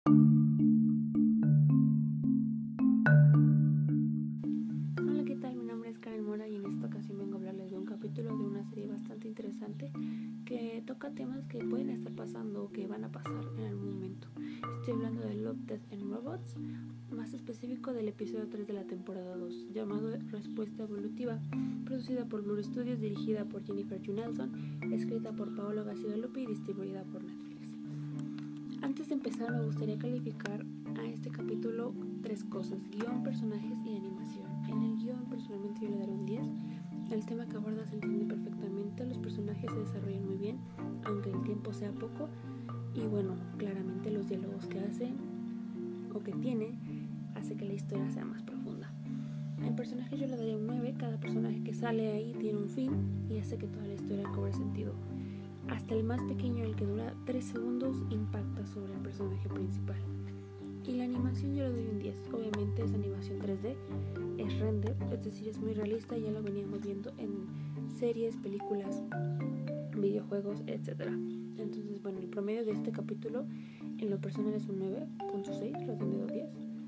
Hola, ¿qué tal? Mi nombre es Karen Mora y en esta ocasión vengo a hablarles de un capítulo de una serie bastante interesante que toca temas que pueden estar pasando o que van a pasar en algún momento. Estoy hablando de Love, Death and Robots, más específico del episodio 3 de la temporada 2, llamado Respuesta Evolutiva, producida por Blur Studios, dirigida por Jennifer J. Nelson, escrita por Paolo Gacigalupi y distribuida por Netflix. Antes de empezar, me gustaría calificar a este capítulo 3 cosas: guión, personajes y animación. En el guión, personalmente, yo le daré un 10. El tema que aborda se entiende perfectamente, los personajes se desarrollan muy bien, aunque el tiempo sea poco, y bueno, claramente los diálogos que hace o que tiene hace que la historia sea más profunda. En personajes yo le daría un 9, cada personaje que sale ahí tiene un fin y hace que toda la historia cobre sentido. Hasta el más pequeño, el que dura 3 segundos, impacta sobre el personaje principal. Y la animación yo le doy un 10. Obviamente es animación 3D, es render, es decir, es muy realista. Ya lo veníamos viendo en series, películas, videojuegos, etc. Entonces, bueno, el promedio de este capítulo en lo personal es un 9.6, redondeado 10.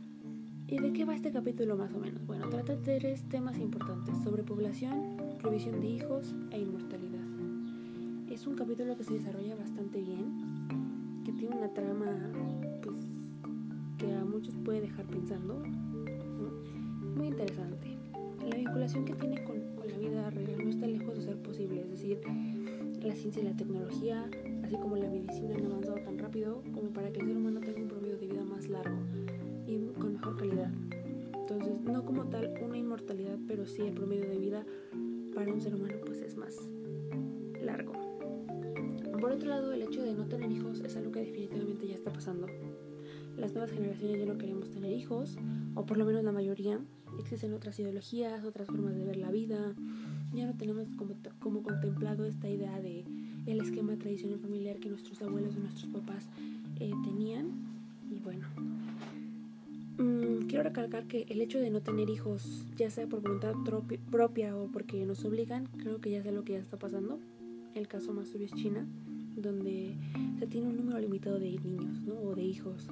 ¿Y de qué va este capítulo más o menos? Bueno, trata de 3 temas importantes: sobrepoblación, provisión de hijos e inmortalidad. Es un capítulo que se desarrolla bastante bien, que tiene una trama pues que a muchos puede dejar pensando, ¿no? Muy interesante. La vinculación que tiene con la vida real no está lejos de ser posible, es decir, la ciencia y la tecnología, así como la medicina, han avanzado tan rápido como para que el ser humano tenga un promedio de vida más largo y con mejor calidad. Entonces, no como tal una inmortalidad, pero sí el promedio de vida para un ser humano pues es más largo. Por otro lado, el hecho de no tener hijos es algo que definitivamente ya está pasando. Las nuevas generaciones ya no queremos tener hijos, o por lo menos la mayoría. Existen otras ideologías, otras formas de ver la vida. Ya no tenemos como contemplado esta idea de el esquema tradicional familiar que nuestros abuelos o nuestros papás tenían. Y bueno, quiero recalcar que el hecho de no tener hijos, ya sea por voluntad propia o porque nos obligan, creo que ya es algo que ya está pasando. El caso más obvio es China, donde se tiene un número limitado de niños, ¿no? O de hijos.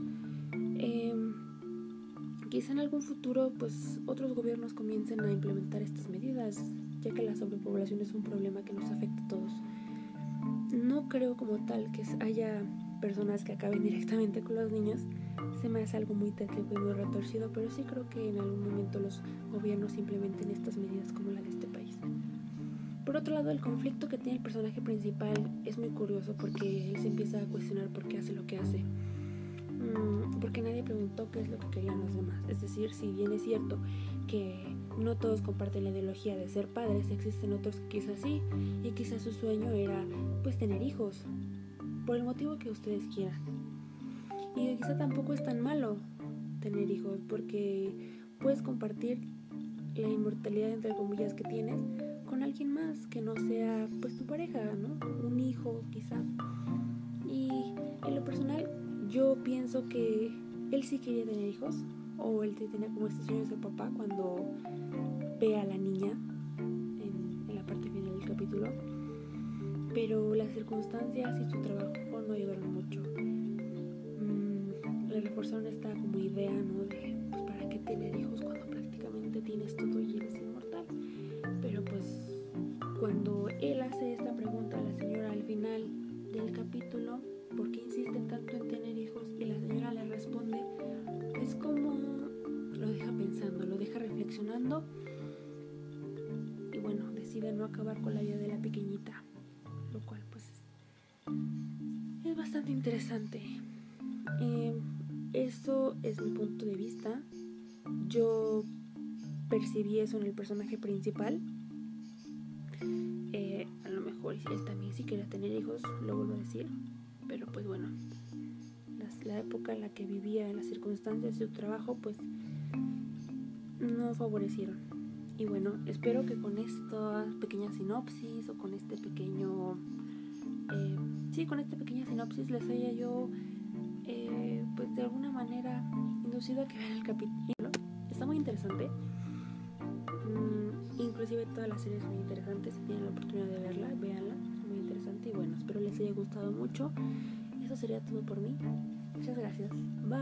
Quizá en algún futuro pues otros gobiernos comiencen a implementar estas medidas, ya que la sobrepoblación es un problema que nos afecta a todos. No creo como tal que haya personas que acaben directamente con los niños, se me hace algo muy tétrico y muy retorcido, pero sí creo que en algún momento los gobiernos implementen estas medidas como la de este país. Por otro lado, el conflicto que tiene el personaje principal es muy curioso, porque él se empieza a cuestionar por qué hace lo que hace. Porque nadie preguntó qué es lo que querían los demás. Es decir, si bien es cierto que no todos comparten la ideología de ser padres, existen otros que quizás sí, y quizás su sueño era pues tener hijos, por el motivo que ustedes quieran. Y quizá tampoco es tan malo tener hijos, porque puedes compartir la inmortalidad, entre comillas, que tienes con alguien más que no sea pues tu pareja, ¿no? Un hijo quizá. Y en lo personal, yo pienso que él sí quería tener hijos, o él tenía como este sueño de ser papá cuando ve a la niña en la parte final del capítulo, pero las circunstancias y su trabajo no ayudaron mucho. Le reforzaron esta como idea, ¿no? De pues para qué tener hijos cuando prácticamente tienes todo y eres inmortal. Pero pues cuando él hace esta pregunta a la señora al final del capítulo, ¿por qué insisten tanto en tener hijos? Y la señora le responde, es como lo deja pensando, lo deja reflexionando, y bueno, decide no acabar con la vida de la pequeñita, lo cual pues es bastante interesante. Eso es mi punto de vista. Yo percibí eso en el personaje principal. A lo mejor él también sí quería tener hijos, lo vuelvo a decir, pero pues bueno, la época en la que vivía, en las circunstancias de su trabajo, pues no favorecieron. Y bueno, espero que con esta pequeña sinopsis o con este pequeño con esta pequeña sinopsis les haya yo pues de alguna manera inducido a que vean el capítulo. Está muy interesante. Inclusive toda la serie es muy interesante. Si tienen la oportunidad de verla, véanla, es muy interesante. Y bueno, espero les haya gustado mucho. Eso sería todo por mí. Muchas gracias. Bye.